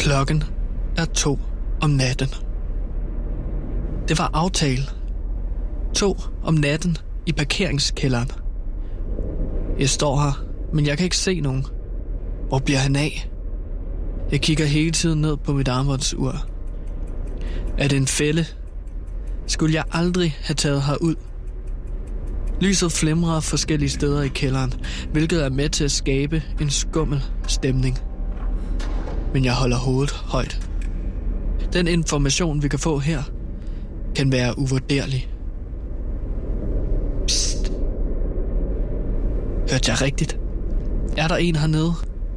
Klokken er 2 om natten. Det var aftale. 2 om natten i parkeringskælderen. Jeg står her, men jeg kan ikke se nogen. Hvor bliver han af? Jeg kigger hele tiden ned på mit armbåndsur. Er det en fælde? Skulle jeg aldrig have taget herud? Lyset flimrer forskellige steder i kælderen, hvilket er med til at skabe en skummel stemning. Men jeg holder hovedet højt. Den information, vi kan få her, kan være uvurderlig. Psst. Hørte jeg rigtigt? Er der en hernede?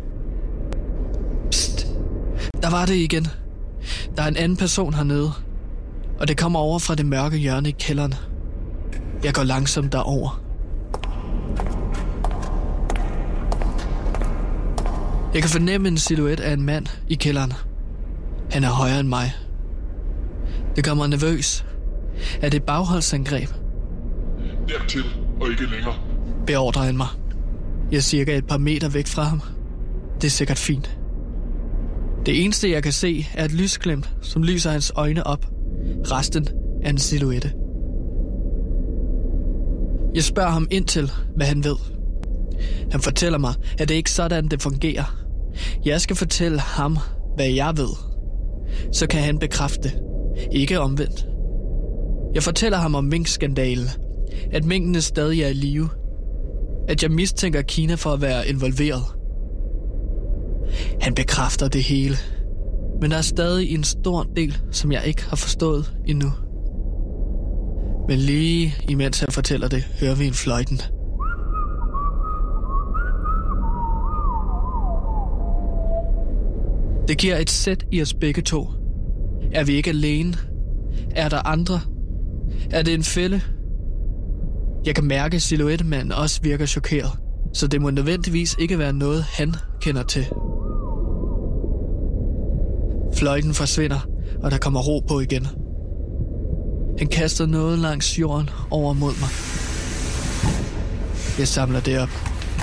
Psst. Der var det igen. Der er en anden person hernede. Og det kommer over fra det mørke hjørne i kælderen. Jeg går langsomt derover. Jeg kan fornemme en silhuet af en mand i kælderen. Han er højere end mig. Det gør mig nervøs. Er det et bagholdsangreb? Dertil og ikke længere. Beordrer han mig. Jeg er cirka et par meter væk fra ham. Det er sikkert fint. Det eneste jeg kan se er et lysglimt, som lyser hans øjne op. Resten er en silhuette. Jeg spørger ham ind til, hvad han ved. Han fortæller mig, at det ikke er sådan, det fungerer. Jeg skal fortælle ham, hvad jeg ved. Så kan han bekræfte det. Ikke omvendt. Jeg fortæller ham om minkskandalen. At minkene stadig er i live. At jeg mistænker Kina for at være involveret. Han bekræfter det hele. Men der er stadig en stor del, som jeg ikke har forstået endnu. Men lige imens han fortæller det, hører vi en fløjten. Det giver et sæt i os begge to. Er vi ikke alene? Er der andre? Er det en fælde? Jeg kan mærke, at silhuettemanden også virker chokeret, så det må nødvendigvis ikke være noget, han kender til. Fløjten forsvinder, og der kommer ro på igen. Han kaster noget langs jorden over mod mig. Jeg samler det op.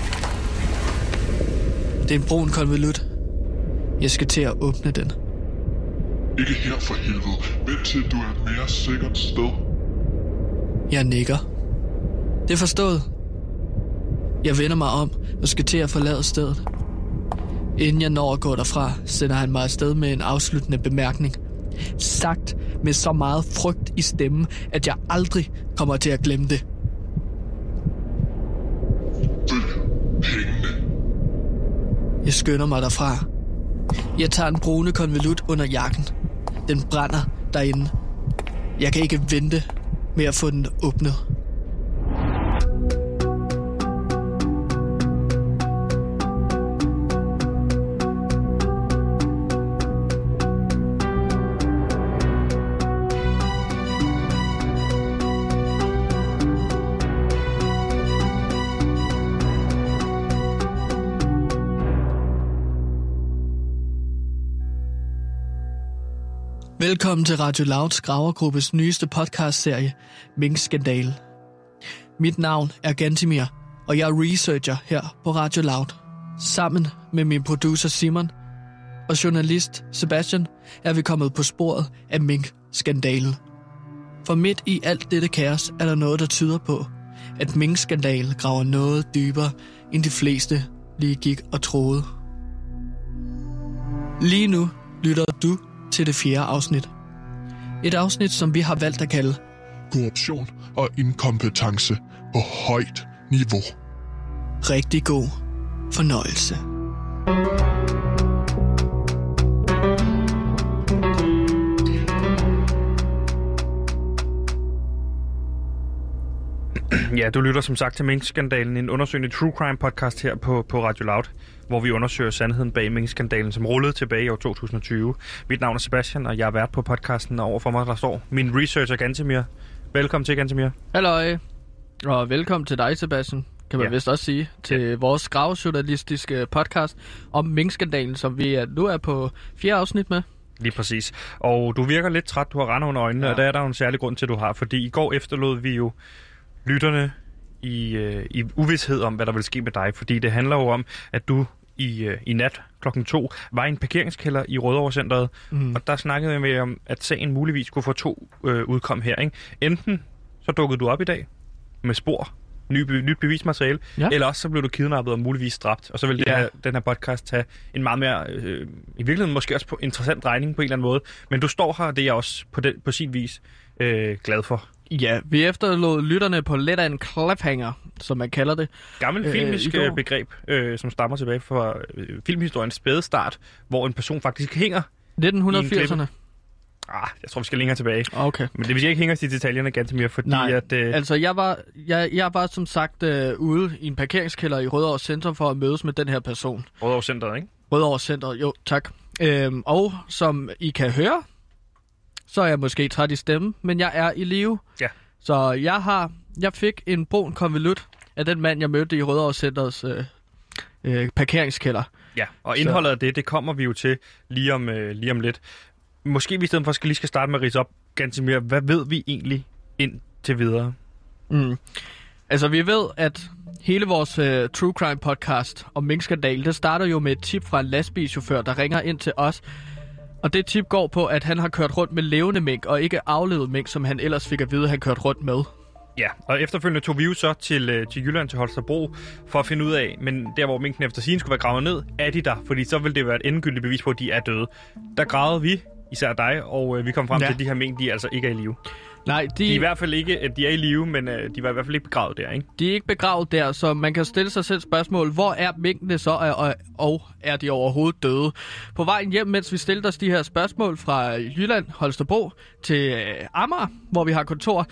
Det er en brun konvolut. Jeg skal til at åbne den. Ikke her for helvede. Vent til du er et mere sikkert sted. Jeg nikker. Det er forstået. Jeg vender mig om og skal til at forlade stedet. Inden jeg når at gå derfra, sender han mig afsted med en afsluttende bemærkning. Sagt med så meget frygt i stemmen, at jeg aldrig kommer til at glemme det. Følg pengene. Jeg skynder mig derfra. Jeg tager en brune konvolut under jakken. Den brænder derinde. Jeg kan ikke vente med at få den åbnet. Velkommen til Radio Louds Gravergruppes nyeste podcastserie, Minkskandale. Mit navn er Gantimir, og jeg er researcher her på Radio Loud. Sammen med min producer Simon og journalist Sebastian er vi kommet på sporet af minkskandalen. For midt i alt dette kaos er der noget, der tyder på, at minkskandalen graver noget dybere, end de fleste lige gik og troede. Lige nu lytter du til det 4. afsnit. Et afsnit, som vi har valgt at kalde Korruption og inkompetence på højt niveau. Rigtig god fornøjelse. Ja, du lytter som sagt til Minkskandalen, en undersøgende true crime podcast her på Radio Loud, hvor vi undersøger sandheden bag minkskandalen, som rullede tilbage i år 2020. Mit navn er Sebastian, og jeg er vært på podcasten, og overfor mig der står min researcher Gantimir. Velkommen til, Gantimir. Halløj, og velkommen til dig, Sebastian, kan man vist også sige, til vores gravjournalistiske podcast om minkskandalen, som vi nu er på 4. afsnit med. Lige præcis. Og du virker lidt træt, du har render under øjnene, og der er der jo en særlig grund til, du har, fordi i går efterlod vi jo lytterne i uvished om, hvad der vil ske med dig, fordi det handler jo om, at du i nat klokken 2 var i en parkeringskælder i Rødovre Centeret, og der snakkede vi med om, at sagen muligvis kunne få 2 udkom her. Ikke? Enten så dukkede du op i dag med spor, nyt bevismateriale, eller også så blev du kidnappet og muligvis dræbt, og så vil den her podcast tage en meget mere, i virkeligheden måske også på interessant drejning på en eller anden måde, men du står her, og det er jeg også på sin vis glad for. Ja, vi efterlod lytterne på lidt af en cliffhanger, som man kalder det. Gammel filmisk begreb, som stammer tilbage fra filmhistoriens spæde start, hvor en person faktisk hænger 1980'erne. Jeg tror, vi skal længere tilbage. Okay. Men det vil ikke hænge os i detaljerne ganske mere, fordi at... altså jeg var som sagt ude i en parkeringskælder i Rødovre Center for at mødes med den her person. Rødovre Centeret, ikke? Rødovre Centeret, jo, tak. Og som I kan høre, så er jeg måske træt i stemmen, men jeg er i live. Ja. Så jeg fik en brun konvolut af den mand, jeg mødte i Rødovre Centers parkeringskælder. Ja, og indholdet af det kommer vi jo til lige om lidt. Måske vi i stedet for skal starte med at ridse op ganske mere. Hvad ved vi egentlig indtil videre? Altså, vi ved, at hele vores True Crime podcast om minkskandalen, det starter jo med et tip fra en lastbilchauffør, der ringer ind til os. Og det tip går på, at han har kørt rundt med levende mink, og ikke aflevet mink, som han ellers fik at vide, at han kørte rundt med. Ja, og efterfølgende tog vi jo så til Jylland, til Holstebro, for at finde ud af, men der hvor minken efter sigende skulle være gravet ned, er de der? Fordi så vil det være et endegyldigt bevis på, at de er døde. Der gravede vi, især dig, og vi kom frem til, at de her mink, de altså ikke er i live. Nej, de er i hvert fald ikke, at de er i live, men de var i hvert fald ikke begravet der, ikke? De er ikke begravet der, så man kan stille sig selv spørgsmål, hvor er minkene så, og er de overhovedet døde? På vejen hjem, mens vi stillede os de her spørgsmål fra Jylland, Holstebro til Amager, hvor vi har kontor,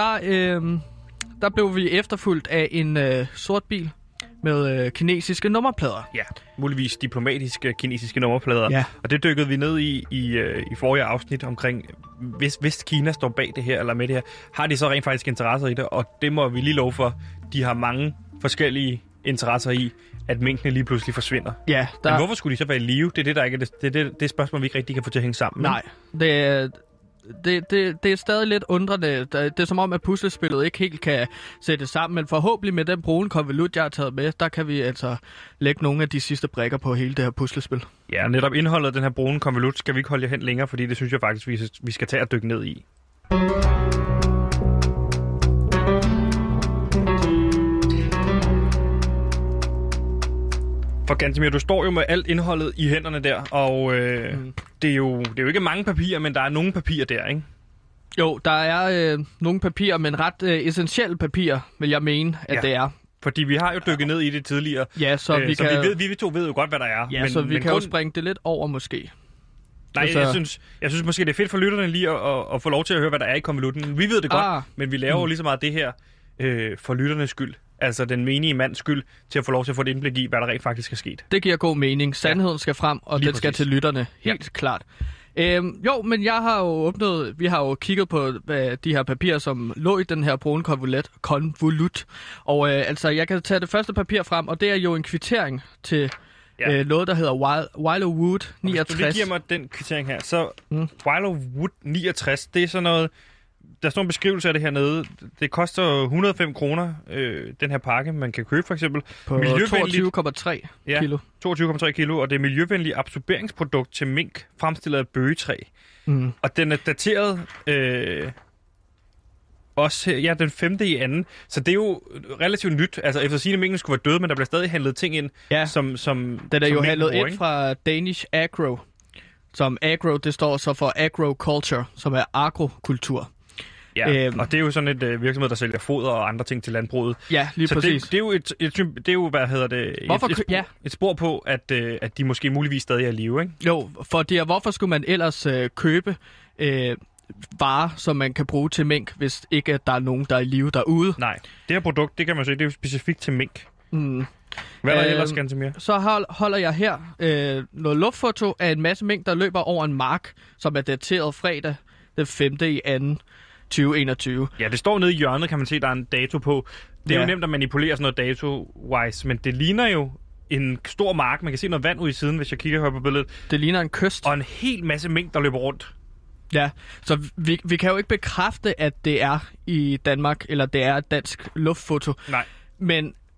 der blev vi efterfulgt af en sort bil med kinesiske nummerplader. Ja, muligvis diplomatiske kinesiske nummerplader. Ja. Og det dykkede vi ned i forrige afsnit omkring, hvis Kina står bag det her, eller med det her, har de så rent faktisk interesser i det, og det må vi lige love for. De har mange forskellige interesser i, at minkene lige pludselig forsvinder. Ja, Men hvorfor skulle de så være i live? Det er det, der ikke er det spørgsmål, vi ikke rigtig kan få til at hænge sammen. Nej, det er stadig lidt undrende. Det er som om, at puslespillet ikke helt kan sættes sammen, men forhåbentlig med den brune konvolut, jeg har taget med, der kan vi altså lægge nogle af de sidste brikker på hele det her puslespil. Ja, netop indholdet af den her brune konvolut skal vi ikke holde jer hen længere, fordi det synes jeg faktisk, vi skal tage og dykke ned i. For Gantemir, du står jo med alt indholdet i hænderne der, og det er jo ikke mange papirer, men der er nogle papirer der, ikke? Jo, der er nogle papirer, men ret essentielle papirer, vil jeg mene, at det er. Fordi vi har jo dykket ned i det tidligere, ja, så vi to ved jo godt, hvad der er. Ja, så vi kan jo springe det lidt over måske. Nej, altså... jeg synes måske, det er fedt for lytterne lige at få lov til at høre, hvad der er i konvolutten. Vi ved det godt, men vi laver jo lige så meget det her for lytternes skyld. Altså den menige mands skyld, til at få lov til at få et indblik i, hvad der rent faktisk er sket. Det giver god mening. Sandheden skal frem, og den skal til lytterne. Helt klart. Jo, men jeg har jo vi har jo kigget på de her papirer, som lå i den her brune konvolut. Og altså, jeg kan tage det første papir frem, og det er jo en kvittering til noget, der hedder Willow Wood 69. Hvis du lige giver mig den kvittering her, så Willow Wood 69, det er sådan noget... Der står en beskrivelse af det hernede. Det koster 105 kroner, den her pakke, man kan købe for eksempel. På 22,3 kilo. 22,3 kilo, og det er miljøvenligt absorberingsprodukt til mink, fremstillet af bøgetræ. Og den er dateret også den 5. i anden. Så det er jo relativt nyt. Altså efter sigende minken skulle være døde, men der bliver stadig handlet ting ind, som den er jo handlet ind fra Danish Agro. Som agro, det står så for agroculture, som er agrokultur. Ja, og det er jo sådan et virksomhed, der sælger foder og andre ting til landbruget. Ja, lige så præcis. Det er jo hvad hedder det, et spor på, at de måske muligvis stadig er i live, ikke? Jo, hvorfor skulle man ellers købe varer, som man kan bruge til mink, hvis ikke der er nogen, der er i live derude? Nej, det her produkt, det kan man sige, det er jo specifikt til mink. Hvad er der ellers, Gantemir? Så holder jeg her noget luftfoto af en masse mink, der løber over en mark, som er dateret fredag den 5. i 2. 2021. Ja, det står nede i hjørnet, kan man se, der er en dato på. Det er jo nemt at manipulere sådan noget dato-wise, men det ligner jo en stor mark. Man kan se noget vand ude i siden, hvis jeg kigger her på billedet. Det ligner en kyst. Og en hel masse mink, der løber rundt. Ja, så vi kan jo ikke bekræfte, at det er i Danmark, eller det er et dansk luftfoto. Nej. Men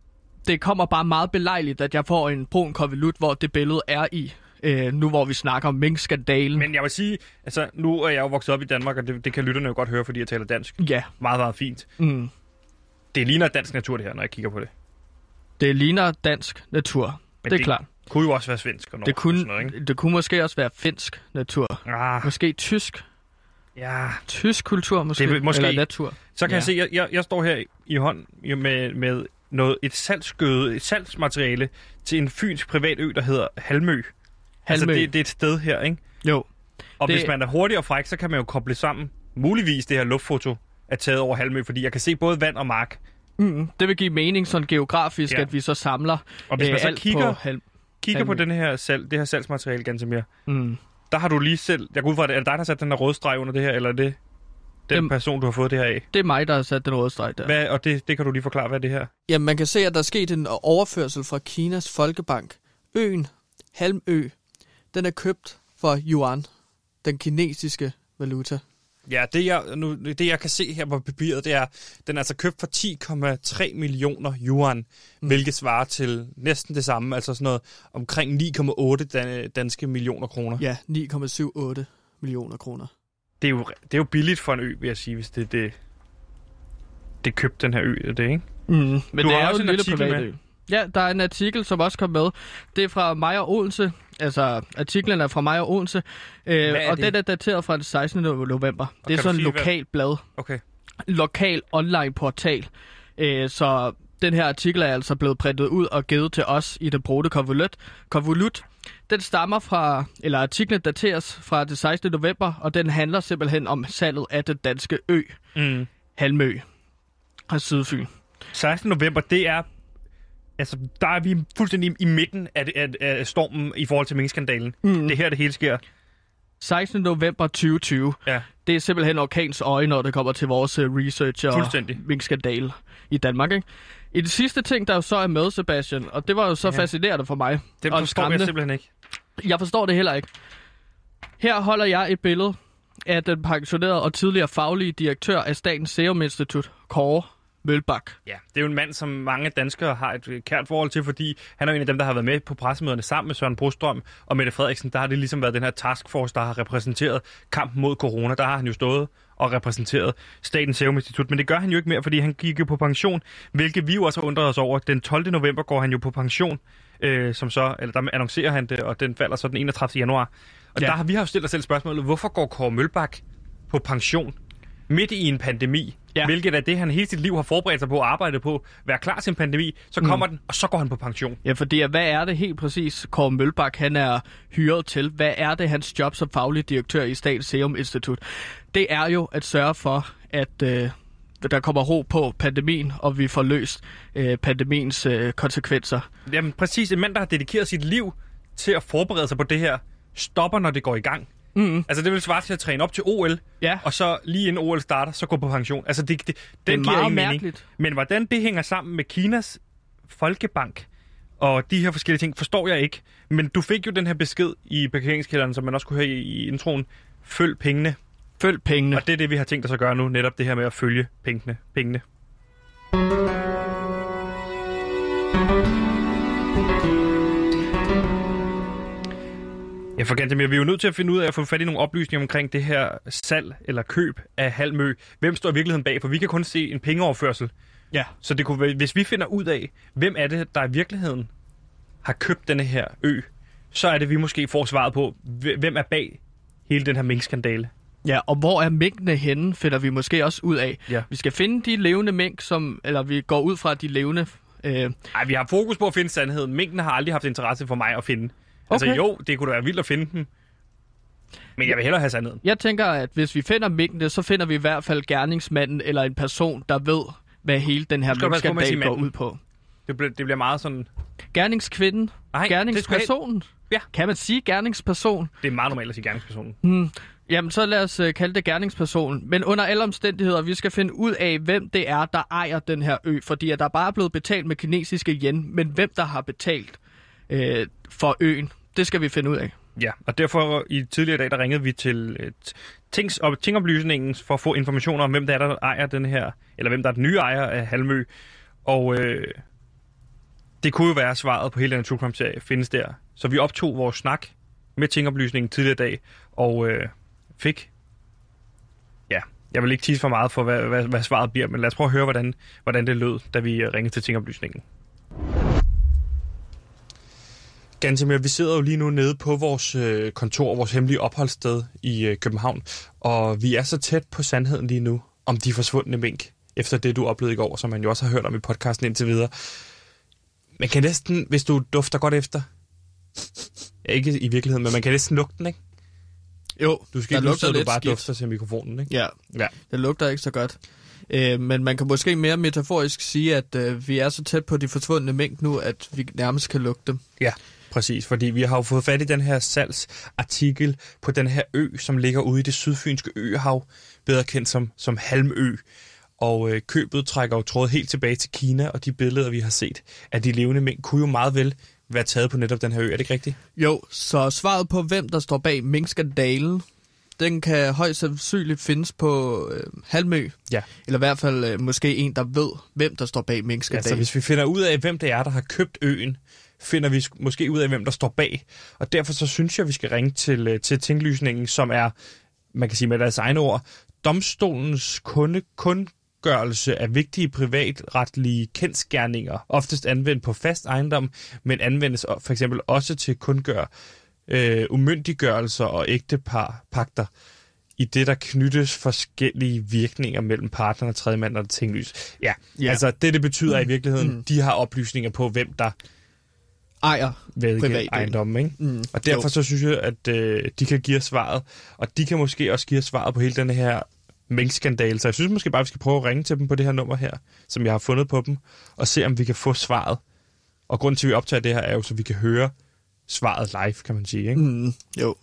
det kommer bare meget belejligt, at jeg får en brun konvolut, hvor det billede er i. Nu hvor vi snakker om minkskandalen. Men jeg vil sige, altså nu er jeg jo vokset op i Danmark, og det kan lytterne jo godt høre, fordi jeg taler dansk. Ja. Meget, meget fint. Det ligner dansk natur, det her, når jeg kigger på det. Det ligner dansk natur. Men det er klart. Det kunne jo også være svensk. Og det kunne måske også være finsk natur. Måske tysk. Ja. Tysk kultur måske. Eller natur. Så kan jeg se, jeg står her i hånd med et salgsmateriale til en fynsk privat ø, der hedder Halmø. Altså det er et sted her, ikke? Jo. Og hvis man er hurtig og fræk, så kan man jo koble sammen. Muligvis det her luftfoto er taget over Halmø, fordi jeg kan se både vand og mark. Det vil give mening sådan geografisk, at vi så samler og hvis man så kigger på det her salgsmateriale, Gantemir, der har du lige selv... Jeg går ud fra, er det dig, der har sat den der røde streg under det her, eller er det den person, du har fået det her af? Det er mig, der har sat den røde streg der. Og det kan du lige forklare, hvad er det her? Jamen, man kan se, at der er sket en overførsel fra Kinas Folkebank. Øen, Halmø, den er købt for yuan, den kinesiske valuta. Ja, det jeg kan se her på papiret, det er, den er altså købt for 10,3 millioner yuan, hvilket svarer til næsten det samme, altså sådan noget omkring 9,8 danske millioner kroner. Ja, 9,78 millioner kroner. Det er jo billigt for en ø, vil jeg sige, hvis det købt den her ø, det ikke? Men det er jo en lille privat ø. Ja, der er en artikel, som også kom med. Det er fra Meyer Odense. Altså, artiklen er fra Meyer Odense. Og den er dateret fra den 16. november. Det er sådan en lokal blad. Okay. Lokal online portal. Så den her artikel er altså blevet printet ud og givet til os i den brugte konvolut. Den stammer fra, eller artiklen dateres fra den 16. november, og den handler simpelthen om salget af den danske ø. Halmø og Sydfyn. 16. november, det er... Altså, der er vi fuldstændig i midten af stormen i forhold til minkskandalen. Det er her, det hele sker. 16. november 2020. Ja. Det er simpelthen orkans øje, når det kommer til vores research og minkskandale i Danmark, ikke? I det sidste ting, der jo så er med, Sebastian, og det var jo så fascinerende for mig. Det forstår jeg simpelthen ikke. Jeg forstår det heller ikke. Her holder jeg et billede af den pensionerede og tidligere faglige direktør af Statens Serum Institut, Kåre Mølbak. Ja, det er jo en mand, som mange danskere har et kært forhold til, fordi han er en af dem, der har været med på pressemøderne sammen med Søren Brostrøm og Mette Frederiksen. Der har det ligesom været den her taskforce, der har repræsenteret kampen mod corona. Der har han jo stået og repræsenteret Statens Serum Institut, men det gør han jo ikke mere, fordi han gik jo på pension, hvilket vi jo også har undret os over. Den 12. november går han jo på pension, der annoncerer han det, og den falder så den 31. januar. Og der har vi jo stillet os selv spørgsmålet, hvorfor går Kåre Mølbak på pension midt i en pandemi? Ja. Hvilket er det, han hele sit liv har forberedt sig på og arbejdet på. Være klar til en pandemi, så kommer den, og så går han på pension. Ja, fordi hvad er det helt præcis, Kåre Mølbak han er hyret til? Hvad er det, hans job som faglig direktør i Statens Serum Institut? Det er jo at sørge for, at der kommer ro på pandemien, og vi får løst pandemiens konsekvenser. Jamen præcis, en mand, der har dedikeret sit liv til at forberede sig på det her, stopper, når det går i gang. Altså det vil svare til at træne op til OL, og så lige inden OL starter, så gå på pension. Altså den giver ingen mening. Men hvordan det hænger sammen med Kinas Folkebank og de her forskellige ting, forstår jeg ikke. Men du fik jo den her besked i parkeringskælderen, som man også kunne høre i introen. Følg pengene. Følg pengene. Og det er det, vi har tænkt os at gøre nu, netop det her med at følge pengene. Ja, for Gantemir, vi er jo nødt til at finde ud af at få fat i nogle oplysninger omkring det her salg eller køb af Halmø. Hvem står i virkeligheden bag? For vi kan kun se en pengeoverførsel. Ja. Så det kunne være, hvis vi finder ud af, hvem er det, der i virkeligheden har købt denne her ø, så er det, vi måske får svaret på, hvem er bag hele den her minkskandale. Ja, og hvor er minkene henne, finder vi måske også ud af. Ja. Vi skal finde de levende mink, eller vi går ud fra de levende... Nej, vi har fokus på at finde sandheden. Minkene har aldrig haft interesse for mig at finde. Okay. Altså jo, det kunne da være vildt at finde dem. Men jeg vil hellere have sandheden. Jeg tænker, at hvis vi finder minkene, så finder vi i hvert fald gerningsmanden eller en person, der ved, hvad hele den her minkskandal går ud på. Det bliver meget sådan... Gerningskvinden? Nej, gerningspersonen? Ja. Kan man sige gerningsperson? Det er meget normalt at sige gerningspersonen. Jamen, så lad os kalde det gerningspersonen. Men under alle omstændigheder, vi skal finde ud af, hvem det er, der ejer den her ø. Fordi at der bare er blevet betalt med kinesiske yen, men hvem der har betalt for øen, det skal vi finde ud af. Ja, og derfor i tidligere dag, der ringede vi til tingoplysningen for at få informationer om, hvem der ejer den her, eller hvem der er den nye ejer af Halmø. Og Det kunne jo være svaret på hele den true crime-serie findes der. Så vi optog vores snak med tingoplysningen tidligere i dag, og fik... Ja, jeg vil ikke tease for meget for, hvad svaret bliver, men lad os prøve at høre, hvordan det lød, da vi ringede til tingoplysningen. Gantemir, vi sidder jo lige nu nede på vores kontor, vores hemmelige opholdssted i København, og vi er så tæt på sandheden lige nu om de forsvundne mink, efter det, du oplevede i går, som man jo også har hørt om i podcasten indtil videre. Man kan næsten, hvis du dufter godt efter, ikke i virkeligheden, men man kan næsten lugte den, ikke? Jo, du skal ikke lugte, du bare skidt. Dufter til mikrofonen, ikke? Ja, det lugter ikke så godt. Men man kan måske mere metaforisk sige, at vi er så tæt på de forsvundne mink nu, at vi nærmest kan lugte dem. Ja, præcis, fordi vi har jo fået fat i den her salgsartikel på den her ø, som ligger ude i det sydfynske øhav, bedre kendt som Halmø. Og købet trækker jo trådet helt tilbage til Kina, og de billeder, vi har set af de levende mink, kunne jo meget vel være taget på netop den her ø. Er det ikke rigtigt? Jo, så svaret på, hvem der står bag minkskandalen, den kan højst sandsynligt findes på Halmø. Ja. Eller i hvert fald måske en, der ved, hvem der står bag minkskandalen. Altså, hvis vi finder ud af, hvem det er, der har købt øen, finder vi måske ud af, hvem der står bag. Og derfor så synes jeg, vi skal ringe til tinglysningen, som er, man kan sige med deres egne ord, domstolens kundgørelse af vigtige privatretlige kendsgerninger, oftest anvendt på fast ejendom, men anvendes for eksempel også til kundgør umyndiggørelser og ægtepagter, i det, der knyttes forskellige virkninger mellem partneren og tredje mand og tinglys. Ja, altså det betyder i virkeligheden, de har oplysninger på, hvem der ejer privat ejendom, ikke? Og derfor så synes jeg, at de kan give os svaret, og de kan måske også give os svaret på hele den her minkskandale. Så jeg synes måske bare, vi skal prøve at ringe til dem på det her nummer her, som jeg har fundet på dem, og se, om vi kan få svaret. Og grunden til, at vi optager det her, er jo, så vi kan høre svaret live, kan man sige, ikke? Jo.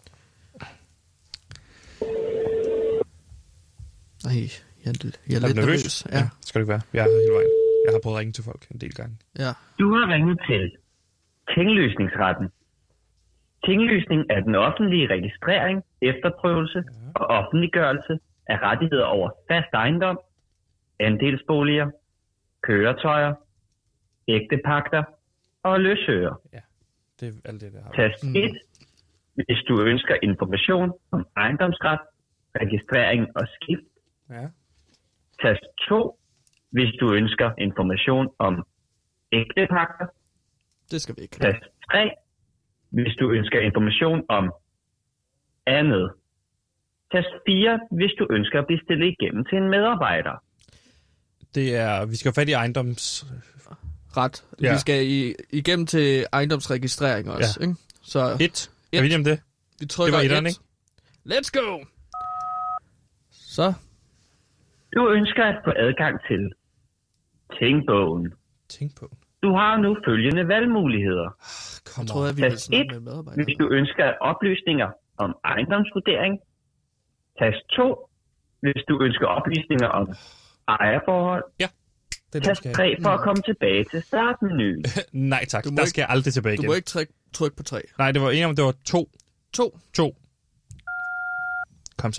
Nej, jeg er lidt nervøs. Ja, skal det ikke være. Jeg er hele vejen. Jeg har prøvet at ringe til folk en del gange. Ja. Du har ringet til tinglysningsretten. Tinglysning er den offentlige registrering, efterprøvelse og offentliggørelse af rettigheder over fast ejendom, andelsboliger, køretøjer, ægtepagter og løsøger. Ja, det er alt det, der har. Tast 1, hvis du ønsker information om ejendomsret, registrering og skift. Ja. Tast 2, hvis du ønsker information om ægtepagter. Det skal vi ikke. Tast 3, hvis du ønsker information om andet. Tast 4, hvis du ønsker at blive stillet igennem til en medarbejder. Det er, vi skal have fat i ret. Ja. Vi skal igennem til ejendomsregistrering også, ikke? Så 1. Er vi om det? Vi trykker det var 1. Let's go! Så. Du ønsker at få adgang til Tingbogen. Tingbogen? Du har nu følgende valgmuligheder. Jeg troede, at vi ville snakke med medarbejdere. Hvis du ønsker oplysninger om ejendomsvurdering. Tast 2, hvis du ønsker oplysninger om ejerforhold. Ja. Tast 3 for at komme tilbage til startmenuen. Nej tak, der skal jeg aldrig tilbage igen. Du må ikke trykke på 3. Nej, det var en om det var 2. 2. Kom så.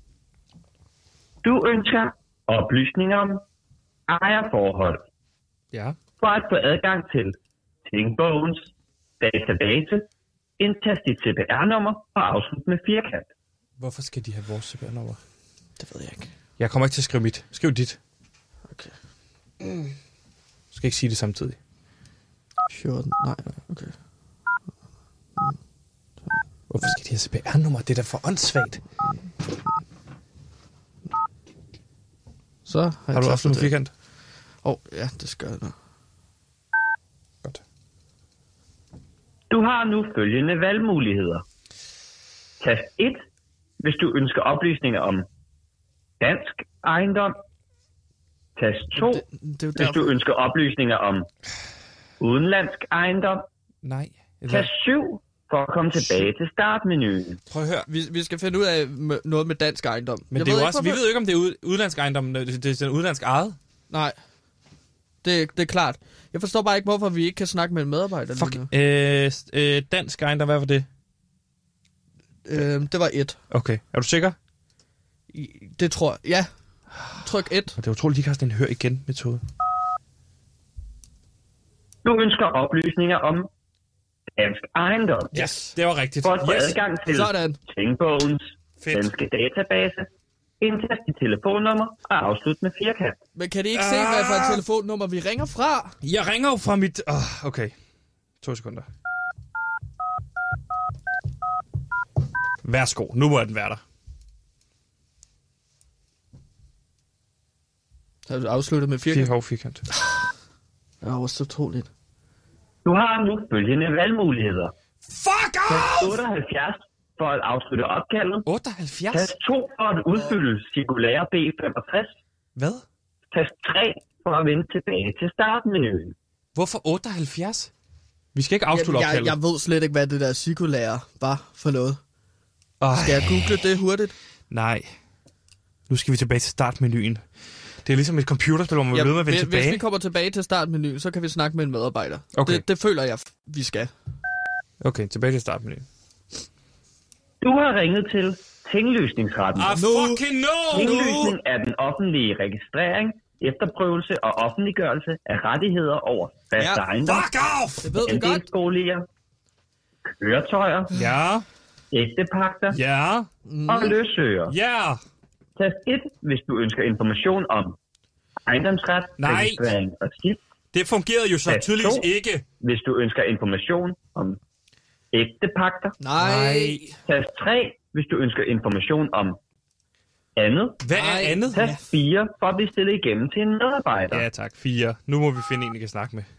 Du ønsker oplysninger om ejerforhold. Ja. For at få adgang til Tingbogens database, indtast dit CPR-nummer og afslut med firkant. Hvorfor skal de have vores CPR-nummer? Det ved jeg ikke. Jeg kommer ikke til at skrive mit. Skriv dit. Okay. Du skal ikke sige det samtidig. 14. Nej, okay. Hvorfor skal de have CPR-nummer? Det er da for åndssvagt. Så har du også en firkant? Ja, det skal jeg nu. Godt. Du har nu følgende valgmuligheder. Tast 1, hvis du ønsker oplysninger om dansk ejendom. Tast 2, hvis du ønsker oplysninger om udenlandsk ejendom. Nej. Tast 7, for at komme tilbage til startmenuen. Prøv at høre. Vi skal finde ud af noget med dansk ejendom. Men det er jo også, vi ved jo ikke, om det er udenlandsk ejendom, det er den udenlandsk ejet. Nej, det er klart. Jeg forstår bare ikke, hvorfor vi ikke kan snakke med en medarbejder. Fuck, dansk ejendom, hvad var det? Det var 1. Okay, er du sikker? Det tror jeg, ja. Tryk 1. Og det er utroligt, de ikke har sådan en hør igen metode. Du ønsker oplysninger om dansk ejendom. Yes, det var rigtigt. For at få adgang til Sådan. Tingbogens Fedt. danske database, indtast dit telefonnummer og afslut med firkant. Men kan de ikke se, hvad for et telefonnummer vi ringer fra? Jeg ringer jo fra mit... okay. 2 sekunder. Værsgo, nu må den være der. Har du afsluttet med firkant? Firkant. Det var også så utroligt. Du har nu følgende valgmuligheder. Fuck off! Tast 78 for at afslutte opkaldet. 78? Tast 2 for at udfylde cirkulære B65. Hvad? Tast 3 for at vende tilbage til startmenuen. Hvorfor 78? Vi skal ikke afslutte opkaldet. Jeg ved slet ikke, hvad det der cirkulære var for noget. Ej. Skal jeg google det hurtigt? Nej. Nu skal vi tilbage til startmenuen. Det er ligesom et computerspil, hvor man bliver ved med at vende tilbage. Hvis vi kommer tilbage til startmenuen, så kan vi snakke med en medarbejder. Okay. Det føler jeg, vi skal. Okay, tilbage til startmenuen. Du har ringet til tinglysningsretten. Fucking no! Tinglysning er den offentlige registrering, efterprøvelse og offentliggørelse af rettigheder over fast ejendom. Fuck off! Det ved vi godt. Andelsboliger, køretøjer, Ja. ægtepagter Ja. og løsøger. Ja. Tast 1, hvis du ønsker information om ejendomsret, Nej. registrering og skift. Det fungerede jo så Tast tydeligvis 2, ikke. hvis du ønsker information om ægtepagter. Nej. Tast 3, hvis du ønsker information om andet. Hvad er andet? Tast 4 for at blive stillet igennem til en medarbejder. Ja tak, 4. Nu må vi finde en, vi kan snakke med.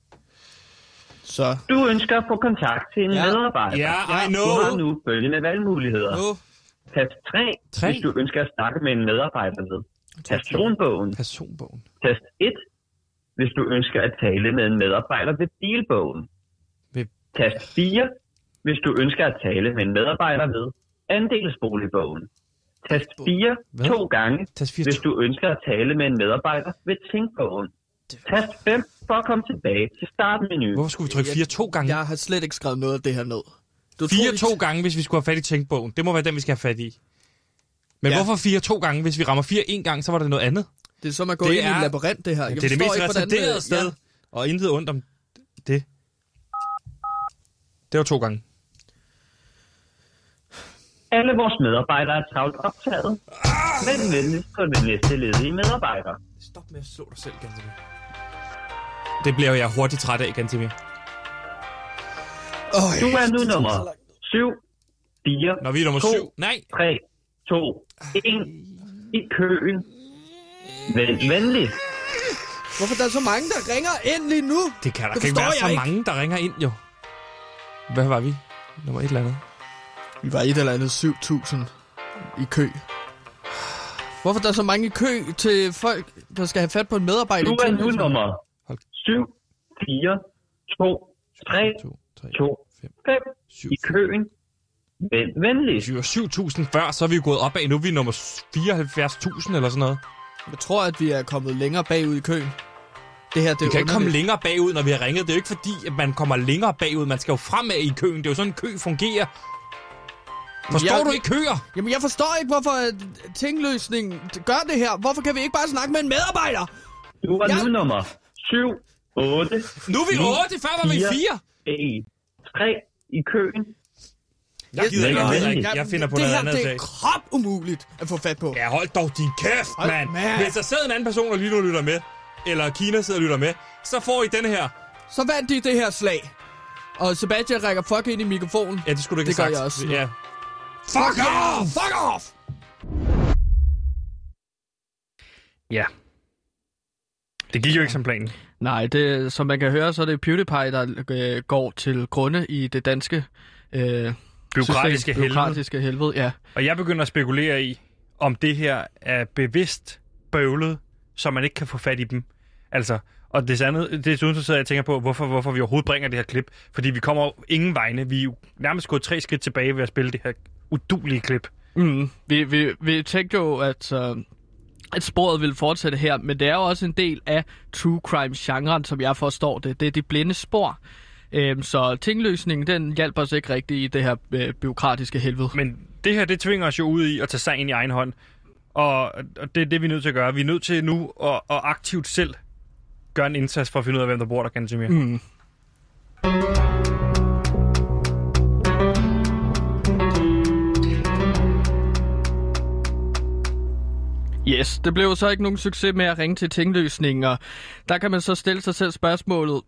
Så. Du ønsker at få kontakt til en medarbejder. Ja, I Du know. har nu følgende valgmuligheder. Tast 3, hvis du ønsker at snakke med en medarbejder ved personbogen. Personbogen. Tast 1, hvis du ønsker at tale med en medarbejder ved bilbogen. Tast 4, hvis du ønsker at tale med en medarbejder ved andelsboligbogen. Tast 4 2 gange, hvis du ønsker at tale med en medarbejder ved tingbogen. Tast 5 for at komme tilbage til startmenuen. Hvorfor skulle vi trykke 4 2 gange? Jeg har slet ikke skrevet noget af det her ned. 4 2 gange, hvis vi skulle have fat i tænkbogen. Det må være den, vi skal have fat i. Men hvorfor 4 2 gange? Hvis vi rammer 4 1 gang, så var det noget andet. Det er som at gå ind i en labyrint, det her. Det er det mest retarderede sted. Og intet ondt om det. Det var 2 gange. Alle vores medarbejdere er travlt optaget. Vend venligst på den næste ledige medarbejder. Stop med at slå dig selv, Gantemir. Det bliver jeg hurtigt træt af, Gantemir. Du er nu nummer 7, 4, Når vi er nummer 2, 7. Nej. 3, 2, 1 i køen. Vend venligst. Hvorfor der er så mange, der ringer ind lige nu? Det kan der ikke være så mange, der ringer ind, jo. Hvad var vi? Nummer 1 eller andet. Vi var et eller andet 7.000 i kø. Hvorfor der er så mange i kø til folk, der skal have fat på en medarbejder? Du er nu nummer 7, 4, 2, 3, 2, 5 i køen. Vend venligst. Hvis vi var 7.000 før, så er vi jo gået opad. Nu er vi nummer 74.000 eller sådan noget. Jeg tror, at vi er kommet længere bagud i køen. Det her, det vi kan ikke komme underligt. længere bagud, når vi har ringet. Det er jo ikke fordi, at man kommer længere bagud. Man skal jo fremad i køen. Det er jo sådan, en kø fungerer. Forstår du ikke køer? Jamen, jeg forstår ikke, hvorfor tingløsningen gør det her. Hvorfor kan vi ikke bare snakke med en medarbejder? Du er nu nummer 7, 8, Nu er vi 8, før var vi 4. 1, 3 i køen. Jeg gider ikke. Jeg finder på noget andet. Det her, det er krop umuligt at få fat på. Ja, hold dog din kæft, mand. Hvis der sidder en anden person, der lige nu lytter med, eller Kina sidder og lytter med, så får I denne her. Så vandt de det her slag. Og Sebastian rækker fuck ind i mikrofonen. Ja, det skulle du ikke have sagt. Det gør jeg også. Ja. Fuck off! Fuck off! Ja. Det gik jo ikke som planen. Nej, det, som man kan høre, så er det PewDiePie, der går til grunde i det danske Bureaukratiske helvede. Ja. Og jeg begynder at spekulere i, om det her er bevidst bøvlet, så man ikke kan få fat i dem. Altså, og desuden så sidder jeg og tænker på, hvorfor vi overhovedet bringer det her klip. Fordi vi kommer jo ingen vegne. Vi er jo nærmest gået 3 skridt tilbage ved at spille det her uduelige klip. Vi tænkte jo, at sporet vil fortsætte her, men det er jo også en del af true crime-genren, som jeg forstår det. Det er de blinde spor. Så tingløsningen, den hjælper os ikke rigtigt i det her bureaukratiske helvede. Men det her, det tvinger os jo ud i at tage sagen i egen hånd. Og det er det, vi er nødt til at gøre. Vi er nødt til nu at aktivt selv gør en indsats for at finde ud af, hvem der bor der, Gantemir. Yes, det blev så ikke nogen succes med at ringe til tingløsningen, og der kan man så stille sig selv spørgsmålet,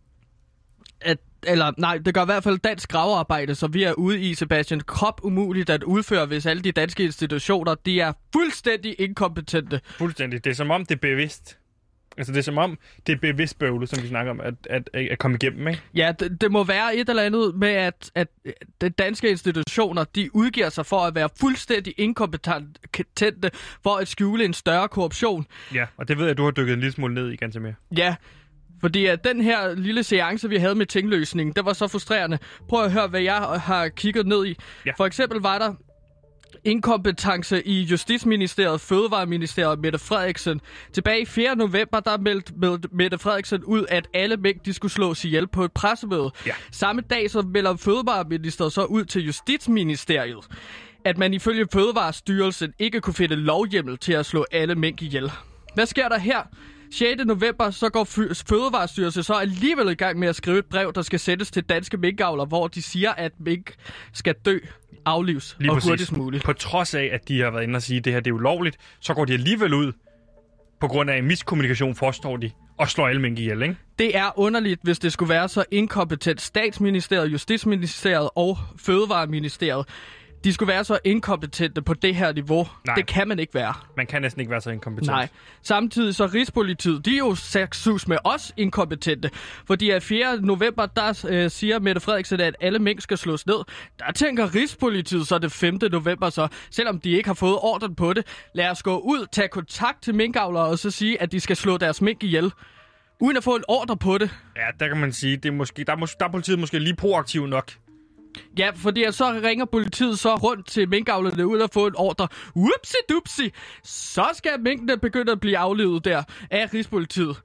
det gør i hvert fald dansk gravearbejde, så vi er ude i, Sebastian, krop umuligt at udføre, hvis alle de danske institutioner, de er fuldstændig inkompetente. Fuldstændig. Det er som om, det er bevidst. Altså, det er som om, det er bevidst bøvle, som vi snakker om, at komme igennem, ikke? Ja, det må være et eller andet med, at de danske institutioner, de udgiver sig for at være fuldstændig inkompetente for at skjule en større korruption. Ja, og det ved jeg, du har dykket en lille smule ned i, Gantemir. Ja, fordi at den her lille seance, vi havde med tingløsningen, det var så frustrerende. Prøv at høre, hvad jeg har kigget ned i. Ja. For eksempel var der inkompetence i Justitsministeriet, Fødevareministeriet og Mette Frederiksen. Tilbage i 4. november, der meldte Mette Frederiksen ud, at alle mink, de skulle slås ihjel på et pressemøde. Ja. Samme dag så melder Fødevareministeriet så ud til Justitsministeriet, at man ifølge Fødevarestyrelsen ikke kunne finde lovhjemmel til at slå alle mink ihjel. Hvad sker der her? 6. november, så går Fødevarestyrelsen så alligevel i gang med at skrive et brev, der skal sendes til danske minkavlere, hvor de siger, at mink skal dø, aflives og hurtigst muligt. På trods af, at de har været inde og sige, at det her det er ulovligt, så går de alligevel ud på grund af miskommunikation, forstår de, og slår alle mink ihjel, ikke? Det er underligt, hvis det skulle være så inkompetent. Statsministeriet, Justitsministeriet og Fødevareministeriet, de skulle være så inkompetente på det her niveau. Nej. Det kan man ikke være. Man kan næsten ikke være så inkompetent. Nej. Samtidig så Rigspolitiet, de er jo sagssus med os inkompetente. Fordi at 4. november, der siger Mette Frederiksen, at alle mink skal slås ned. Der tænker Rigspolitiet så det 5. november så, selvom de ikke har fået ordren på det. Lad os gå ud, tage kontakt til minkavlere og så sige, at de skal slå deres mink ihjel. Uden at få en ordre på det. Ja, der kan man sige, det er måske, der er politiet måske lige proaktiv nok. Ja, fordi så ringer politiet så rundt til minkavlerne uden at få en ordre. Upsi-dupsi. Så skal minkene begynde at blive aflivet der af Rigspolitiet.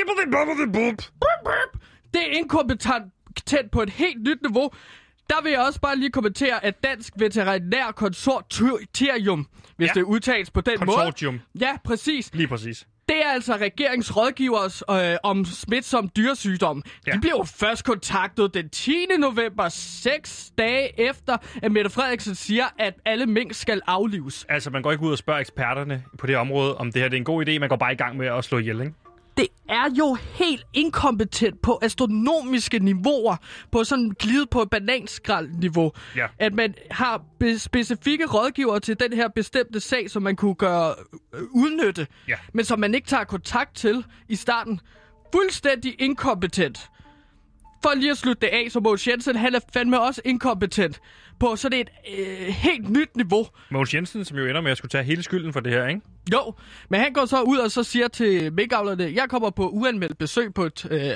Det er inkompetent på et helt nyt niveau. Der vil jeg også bare lige kommentere, at Dansk Veterinær Konsortium, hvis det udtales på den Konsortium. måde. Ja, præcis. Lige præcis. Det er altså regeringsrådgivers om smitsom dyresygdom. Ja. De blev jo først kontaktet den 10. november, 6 dage efter, at Mette Frederiksen siger, at alle mink skal aflives. Altså, man går ikke ud og spørger eksperterne på det område, om det her det er en god idé. Man går bare i gang med at slå ihjel, ikke? Det er jo helt inkompetent på astronomiske niveauer, på sådan glidet på et bananskrald-niveau. Ja. At man har specifikke rådgivere til den her bestemte sag, som man kunne udnytte, men som man ikke tager kontakt til i starten. Fuldstændig inkompetent. For lige at slutte det af, så Mogens Jensen, han er fandme også inkompetent på sådan et helt nyt niveau. Mogens Jensen, som jo ender med at skulle tage hele skylden for det her, ikke? Jo, men han går så ud og så siger til minkavlerne, jeg kommer på uanmeldt besøg på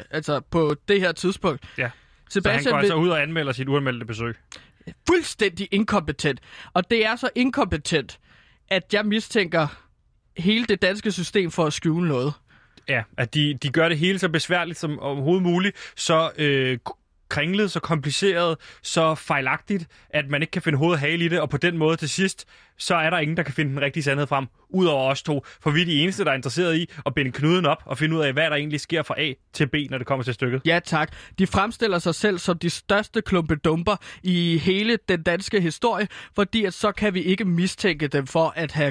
på det her tidspunkt. Ja, Sebastian, så han går altså ud og anmelder sit uanmeldte besøg. Fuldstændig inkompetent. Og det er så inkompetent, at jeg mistænker hele det danske system for at skjule noget. Ja, at de gør det hele så besværligt som overhovedet muligt, så kringlet, så kompliceret, så fejlagtigt, at man ikke kan finde hoved og hale i det, og på den måde til sidst, så er der ingen, der kan finde den rigtige sandhed frem, udover os to, for vi er de eneste, der er interesseret i at binde knuden op og finde ud af, hvad der egentlig sker fra A til B, når det kommer til stykket. Ja, tak. De fremstiller sig selv som de største klumpedumper i hele den danske historie, fordi at så kan vi ikke mistænke dem for at have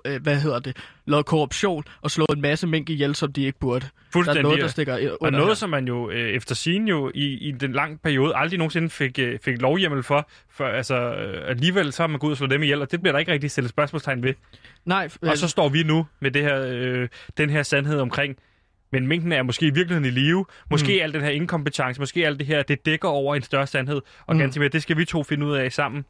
lavet korruption og slået en masse mink ihjel, som de ikke burde. Fuldstændig. Der er noget, der stikker under og noget, her. Som man jo efter sigende jo i den lange periode aldrig nogensinde fik lovhjemmel for altså alligevel så har man gået ud og slået dem ihjel, og det bliver der ikke rigtig stillet spørgsmålstegn ved. Nej. Og så står vi nu med det her, den her sandhed omkring, men minken er måske i virkeligheden i live. Måske al den her inkompetence, måske alt det her, det dækker over en større sandhed. Og ganske mere, det skal vi to finde ud af sammen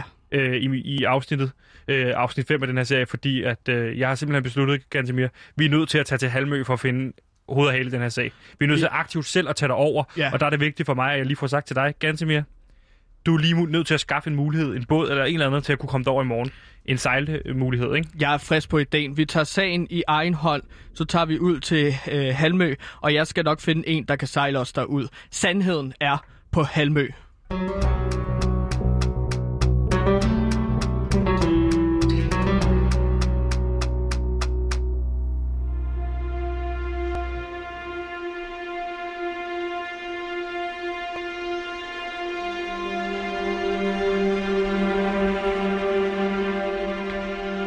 i afsnittet. Afsnit 5 af den her serie, fordi at jeg har simpelthen besluttet, Gantemir, vi er nødt til at tage til Halmø for at finde hoved og hale i den her sag. Vi er nødt til aktivt selv at tage det over, og der er det vigtigt for mig, at jeg lige får sagt til dig, Gantemir, du er lige nødt til at skaffe en mulighed, en båd eller en eller anden til at kunne komme derover i morgen. En sejlmulighed, ikke? Jeg er frisk på ideen. Vi tager sagen i egen hånd, så tager vi ud til Halmø, og jeg skal nok finde en, der kan sejle os derud. Sandheden er på Halmø.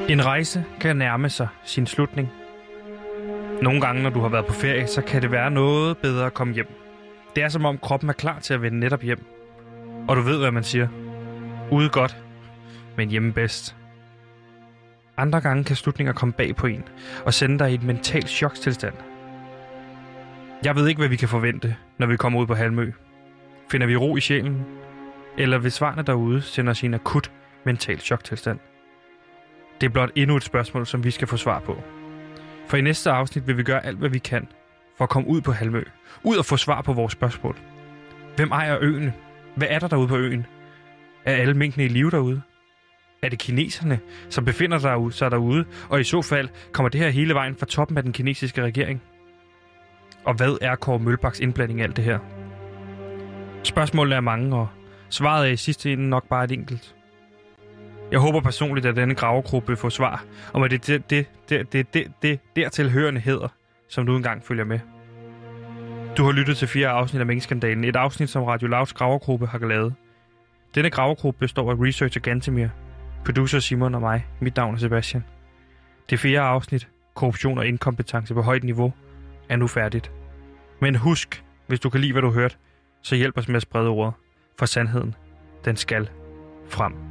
En rejse kan nærme sig sin slutning. Nogle gange, når du har været på ferie, så kan det være noget bedre at komme hjem. Det er som om kroppen er klar til at vende netop hjem. Og du ved, hvad man siger. Ude godt, men hjemme bedst. Andre gange kan slutninger komme bag på en og sende dig i et mentalt chokstilstand. Jeg ved ikke, hvad vi kan forvente, når vi kommer ud på Halmø. Finder vi ro i sjælen? Eller vil svarene derude sende os i en akut mental choktilstand? Det er blot endnu et spørgsmål, som vi skal få svar på. For i næste afsnit vil vi gøre alt, hvad vi kan for at komme ud på Halmø. Ud og få svar på vores spørgsmål. Hvem ejer øen? Hvad er der derude på øen? Er alle minkene i live derude? Er det kineserne, som befinder sig derude? Og i så fald kommer det her hele vejen fra toppen af den kinesiske regering? Og hvad er Kåre Mølbaks indblanding i alt det her? Spørgsmålene er mange, og svaret er i sidste ende nok bare et enkelt. Jeg håber personligt, at denne gravegruppe vil få svar, om at det dertil hørende hedder, som nu engang følger med. Du har lyttet til 4 afsnit af Minkskandalen, et afsnit, som Radio Louds gravegruppe har lavet. Denne gravegruppe består af researcher Gantemir, producer Simon og mig. Mit navn er Sebastian. Det 4 afsnit, korruption og inkompetence på højt niveau, er nu færdigt. Men husk, hvis du kan lide, hvad du hørte, så hjælp os med at sprede ordet, for sandheden, den skal frem.